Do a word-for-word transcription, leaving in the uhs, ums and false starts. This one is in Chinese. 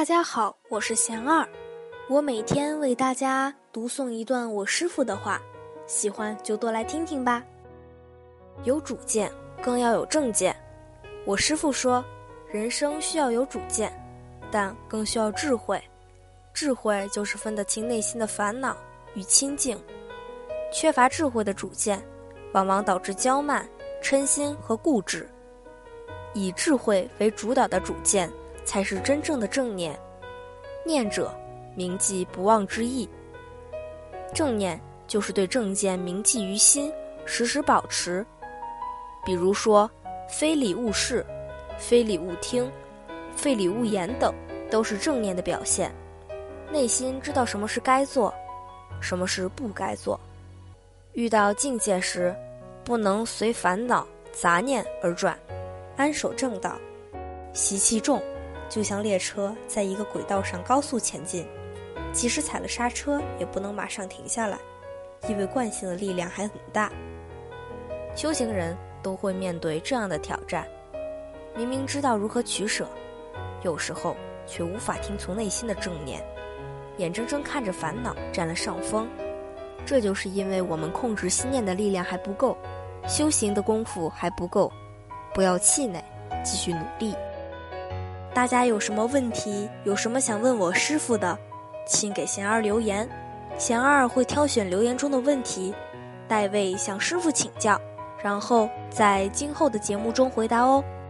大家好，我是贤二，我每天为大家读诵一段我师父的话，喜欢就多来听听吧。有主见，更要有正见。我师父说，人生需要有主见，但更需要智慧。智慧就是分得清内心的烦恼与清净。缺乏智慧的主见，往往导致骄慢、嗔心和固执。以智慧为主导的主见，才是真正的正念。念者，铭记不忘之意。正念就是对正见铭记于心，时时保持。比如说，非礼勿视、非礼勿听、非礼勿言等，都是正念的表现。内心知道什么是该做，什么是不该做。遇到境界时，不能随烦恼、杂念而转，安守正道。习气重，就像列车在一个轨道上高速前进，即使踩了刹车也不能马上停下来，因为惯性的力量还很大。修行人都会面对这样的挑战，明明知道如何取舍，有时候却无法听从内心的正念，眼睁睁看着烦恼占了上风。这就是因为我们控制心念的力量还不够，修行的功夫还不够。不要气馁，继续努力。大家有什么问题，有什么想问我师父的，请给贤儿留言，贤儿会挑选留言中的问题，代为向师父请教，然后在今后的节目中回答哦。